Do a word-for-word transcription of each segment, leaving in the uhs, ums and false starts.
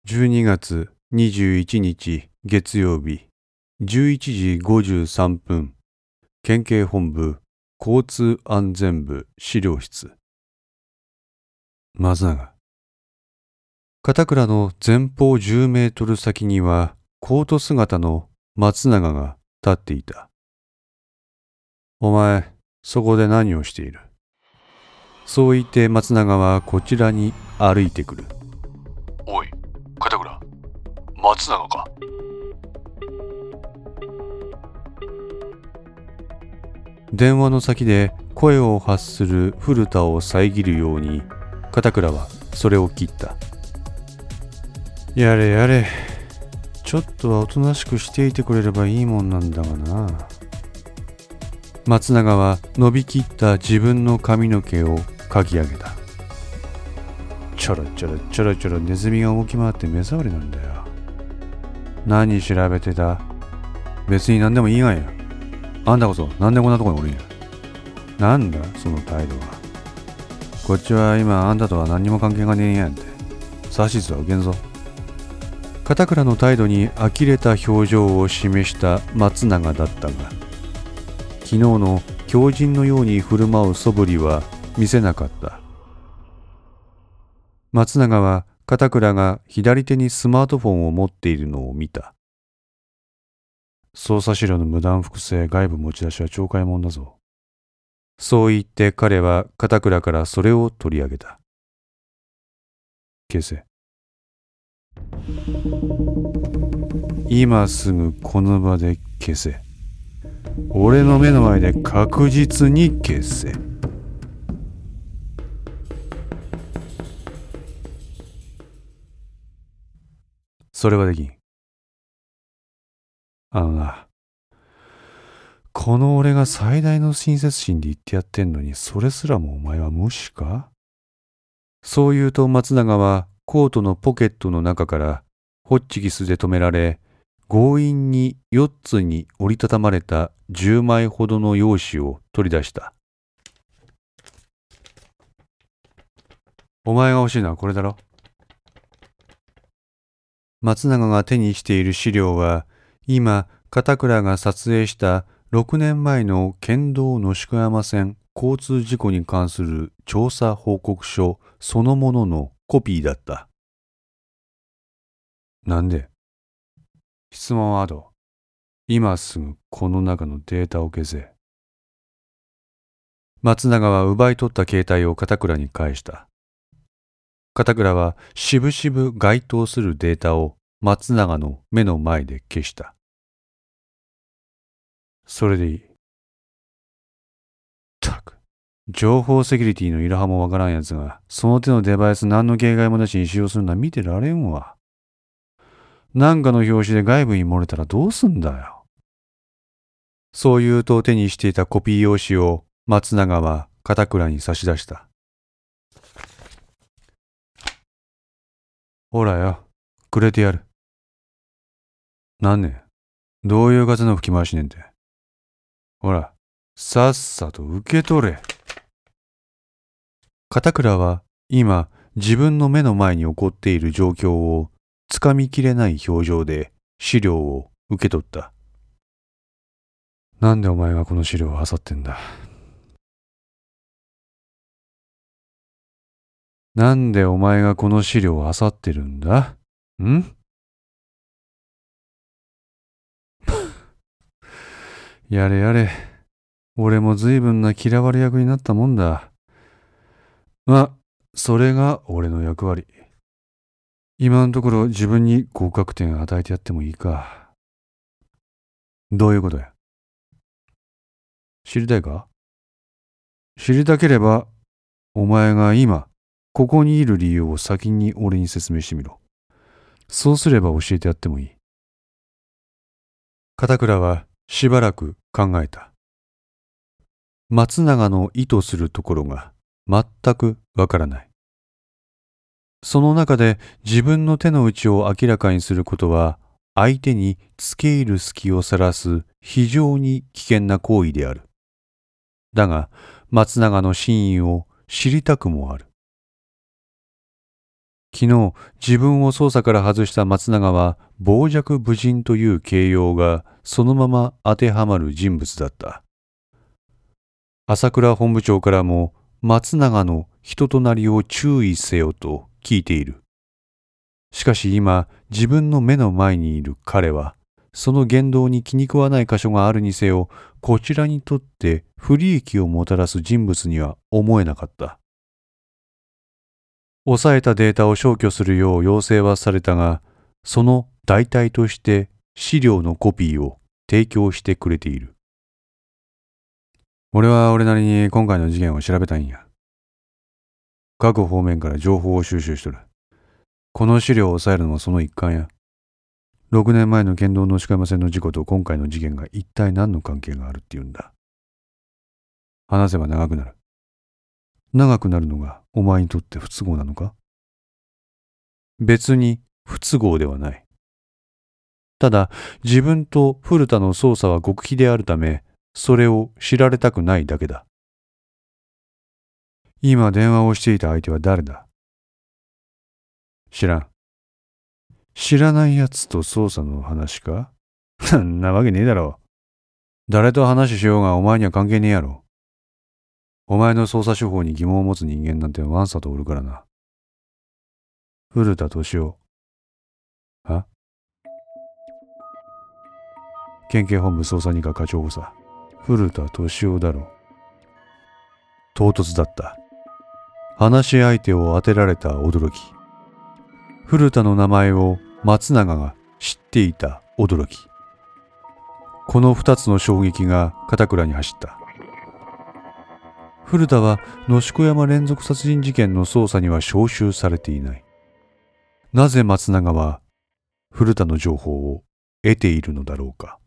じゅうにがつにじゅういちにち月曜日じゅういちじごじゅうさんぷん、県警本部交通安全部資料室。松永。片倉の前方じゅうメートル先にはコート姿の松永が立っていた。お前、そこで何をしている？そう言って松永はこちらに歩いてくる。 おい、片倉、松永か？ 電話の先で声を発する古田を遮るように片倉はそれを切った。やれやれ、ちょっとはおとなしくしていてくれればいいもんなんだがな。松永は伸びきった自分の髪の毛をかき上げた。ちょろちょろちょろちょろネズミが動き回って目障りなんだよ。何調べてた？別に何でもいいがや。あんたこそなんでこんなとこにおるんや。なんだその態度は。こっちは今あんたとは何にも関係がねえんやんて。指図は受けんぞ。片倉の態度に呆れた表情を示した松永だったが、昨日の狂人のように振る舞う素振りは見せなかった。松永は片倉が左手にスマートフォンを持っているのを見た。捜査資料の無断複製、外部持ち出しは懲戒もんだぞ。そう言って彼は片倉からそれを取り上げた。消せ。今すぐこの場で消せ。俺の目の前で確実に消せ。それはできん。あのな、この俺が最大の親切心で言ってやってんのに、それすらもお前は無視か？そう言うと松永はコートのポケットの中からホッチキスで留められ、強引によっつに折りたたまれたじゅうまいほどの用紙を取り出した。お前が欲しいのはこれだろ。松永が手にしている資料は、今片倉が撮影したろくねんまえの県道野宿山線交通事故に関する調査報告書そのもののコピーだった。なんで？質問は後。今すぐこの中のデータを消せ。松永は奪い取った携帯を片倉に返した。片倉はしぶしぶ該当するデータを松永の目の前で消した。それでいい。ったく、情報セキュリティのいろはもわからんやつが、その手のデバイス何の警戒もなしに使用するのは見てられんわ。なんかの表紙で外部に漏れたらどうすんだよ。そう言うと手にしていたコピー用紙を松永は片倉に差し出した。ほらよ、くれてやる。なんねん、どういう風の吹き回しねんて。ほら、さっさと受け取れ。片倉は今自分の目の前に起こっている状況をつかみきれない表情で資料を受け取った。なんでお前がこの資料を漁ってんだ。なんでお前がこの資料を漁ってるんだ？ん？やれやれ。俺も随分な嫌われ役になったもんだ。ま、それが俺の役割。今のところ自分に合格点与えてやってもいいか。どういうことや？知りたいか？知りたければ、お前が今、ここにいる理由を先に俺に説明してみろ。そうすれば教えてやってもいい。片倉はしばらく考えた。松永の意図するところが全くわからない。その中で自分の手の内を明らかにすることは相手に付け入る隙をさらす非常に危険な行為である。だが松永の真意を知りたくもある。 昨日自分を捜査から外した松永は傍若無人という形容がそのまま当てはまる人物だった。朝倉本部長からも松永の人となりを注意せよと聞いている。しかし今自分の目の前にいる彼はその言動に気に食わない箇所があるにせよこちらにとって不利益をもたらす人物には思えなかった。抑えたデータを消去するよう要請はされたが、その代替として資料のコピーを提供してくれている。俺は俺なりに今回の事件を調べたいんや。各方面から情報を収集しとる。この資料を抑えるのもその一環や。ろくねんまえの県道の鹿山線の事故と今回の事件が一体何の関係があるっていうんだ。話せば長くなる。長くなるのがお前にとって不都合なのか？別に不都合ではない。ただ自分と古田の捜査は極秘であるため、それを知られたくないだけだ。今電話をしていた相手は誰だ？知らん。知らないやつと捜査の話か？そんなわけねえだろ。誰と話しようがお前には関係ねえやろ。お前の捜査手法に疑問を持つ人間なんてわんさとおるからな。古田敏夫。は？県警本部捜査二課課長補佐。古田敏夫だろう。唐突だった。話し相手を当てられた驚き。古田の名前を松永が知っていた驚き。この二つの衝撃が片倉に走った。古田は野宿山連続殺人事件の捜査には招集されていない。なぜ松永は古田の情報を得ているのだろうか。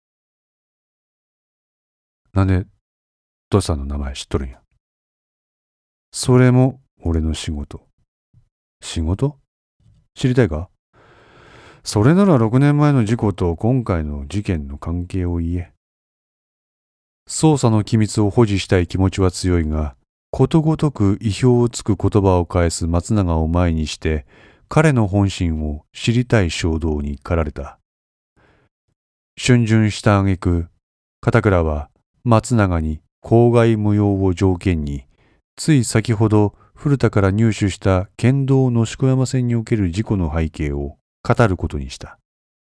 なんで土佐の名前知っとるんや。それも俺の仕事。仕事？知りたいか？それならろくねんまえの事故と今回の事件の関係を言え。捜査の機密を保持したい気持ちは強いが、ことごとく意表をつく言葉を返す松永を前にして、彼の本心を知りたい衝動に駆られた。逡巡した挙句、片倉は松永に口外無用を条件に、つい先ほど古田から入手した県道野宿山線における事故の背景を語ることにした。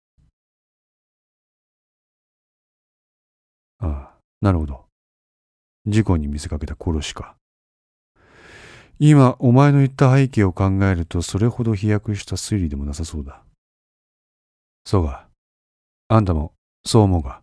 ああ、なるほど。事故に見せかけた殺しか。今お前の言った背景を考えるとそれほど飛躍した推理でもなさそうだ。そうか。あんたもそう思うか。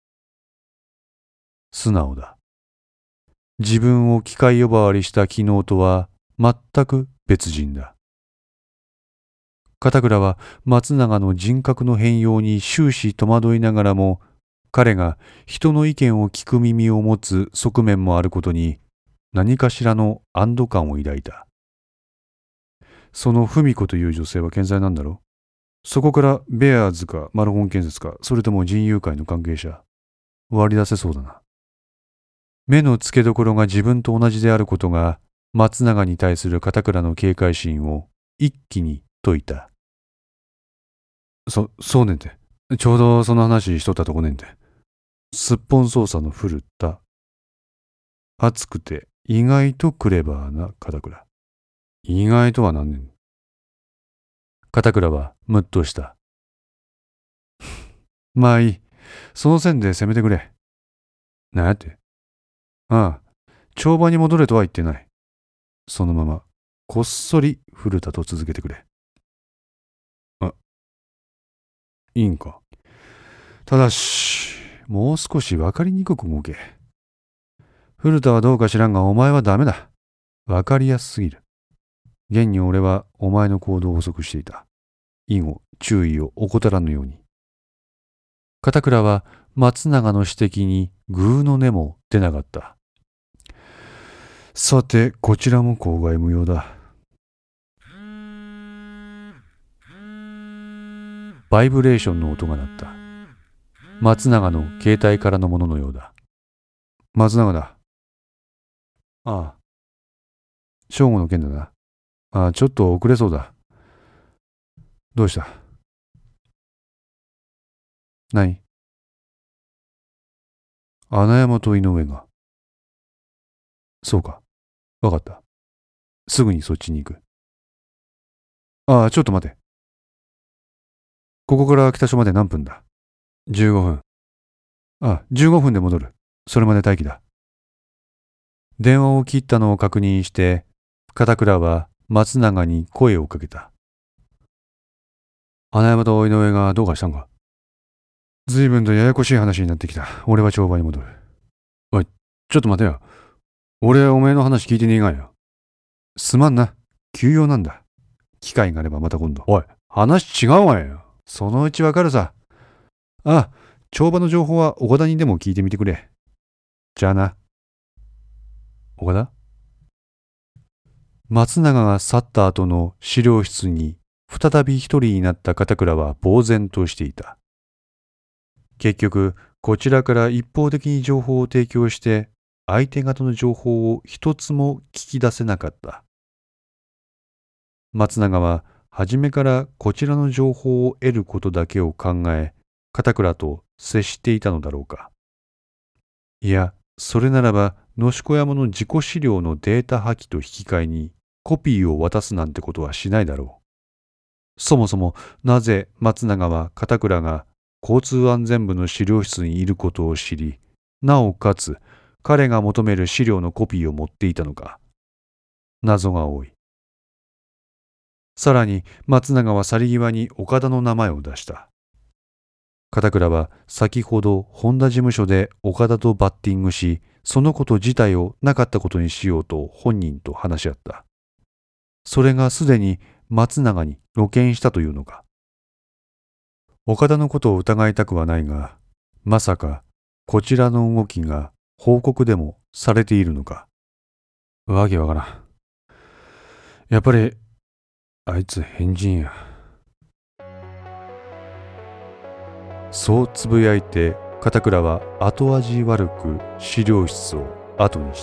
素直だ。自分を機械呼ばわりした昨日とは全く別人だ。片倉は松永の人格の変容に終始戸惑いながらも、彼が人の意見を聞く耳を持つ側面もあることに何かしらの安堵感を抱いた。その文子という女性は健在なんだろ？そこからベアーズかマルホン建設か、それとも人友会の関係者、割り出せそうだな。目の付けどころが自分と同じであることが松永に対する片倉の警戒心を一気に解いた。そ、そうねんて。ちょうどその話しとったとこねんて。すっぽん捜査の古田。熱くて意外とクレバーな片倉。意外とはなんねん。片倉はムッとした。まあいい。その線で攻めてくれ。なんやって？ああ、帳場に戻れとは言ってない。そのまま、こっそり古田と続けてくれ。あ、いいんか。ただし、もう少し分かりにくく動け。古田はどうか知らんが、お前はダメだ。分かりやすすぎる。現に俺はお前の行動を補足していた。以後、注意を怠らぬように。片倉は松永の指摘にグーの音も出なかった。さて、こちらも口外無用だ。バイブレーションの音が鳴った。松永の携帯からのもののようだ。松永だ。ああ。正午の件だな。ああ、ちょっと遅れそうだ。 どうした？何？穴山と井上が。そうか。わかった。すぐにそっちに行く。ああ、ちょっと待て。ここから北署まで何分だ？じゅうごふん。ああ、じゅうごふんで戻る。それまで待機だ。電話を切ったのを確認して、片倉は松永に声をかけた。穴山と井上がどうかしたんか？随分とややこしい話になってきた。俺は帳場に戻る。おい、ちょっと待てよ。俺はお前の話聞いてねえがよ。すまんな。急用なんだ。機会があればまた今度。おい、話違うわよ。そのうちわかるさ。ああ、帳場の情報は岡田にでも聞いてみてくれ。じゃあな。岡田？松永が去った後の資料室に再び一人になった片倉は呆然としていた。結局、こちらから一方的に情報を提供して、相手方の情報を一つも聞き出せなかった。松永は初めからこちらの情報を得ることだけを考え、片倉と接していたのだろうか。いや、それならば野宿山の自己資料のデータ破棄と引き換えにコピーを渡すなんてことはしないだろう。そもそもなぜ松永は片倉が交通安全部の資料室にいることを知り、なおかつ彼が求める資料のコピーを持っていたのか。謎が多い。さらに松永は去り際に岡田の名前を出した。片倉は先ほど本田事務所で岡田とバッティングし、そのこと自体をなかったことにしようと本人と話し合った。それがすでに松永に露見したというのか。岡田のことを疑いたくはないが、まさかこちらの動きが報告でもされているのか。わけわからん。やっぱりあいつ変人や。そうつぶやいて片倉は後味悪く資料室を後にした。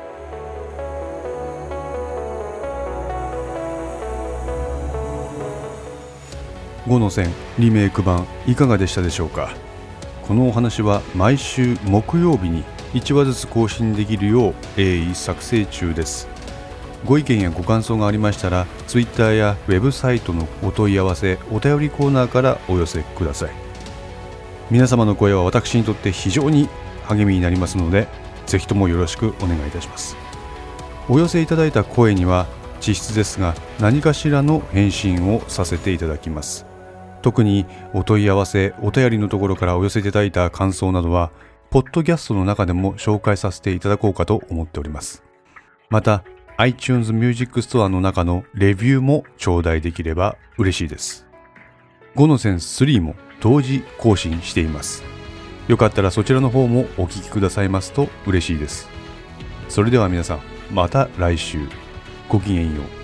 ごの線リメイク版いかがでしたでしょうか。このお話は毎週木曜日にいちわずつ更新できるよう鋭意作成中です。ご意見やご感想がありましたら Twitter やウェブサイトのお問い合わせお便りコーナーからお寄せください。皆様の声は私にとって非常に励みになりますので、ぜひともよろしくお願いいたします。お寄せいただいた声には実質ですが何かしらの返信をさせていただきます。特にお問い合わせお便りのところからお寄せいただいた感想などはポッドキャストの中でも紹介させていただこうかと思っております。また iTunes Music Store の中のレビューも頂戴できれば嬉しいです。ごの線スリーも同時更新しています。よかったらそちらの方もお聞きくださいますと嬉しいです。それでは皆さん、また来週。ごきげんよう。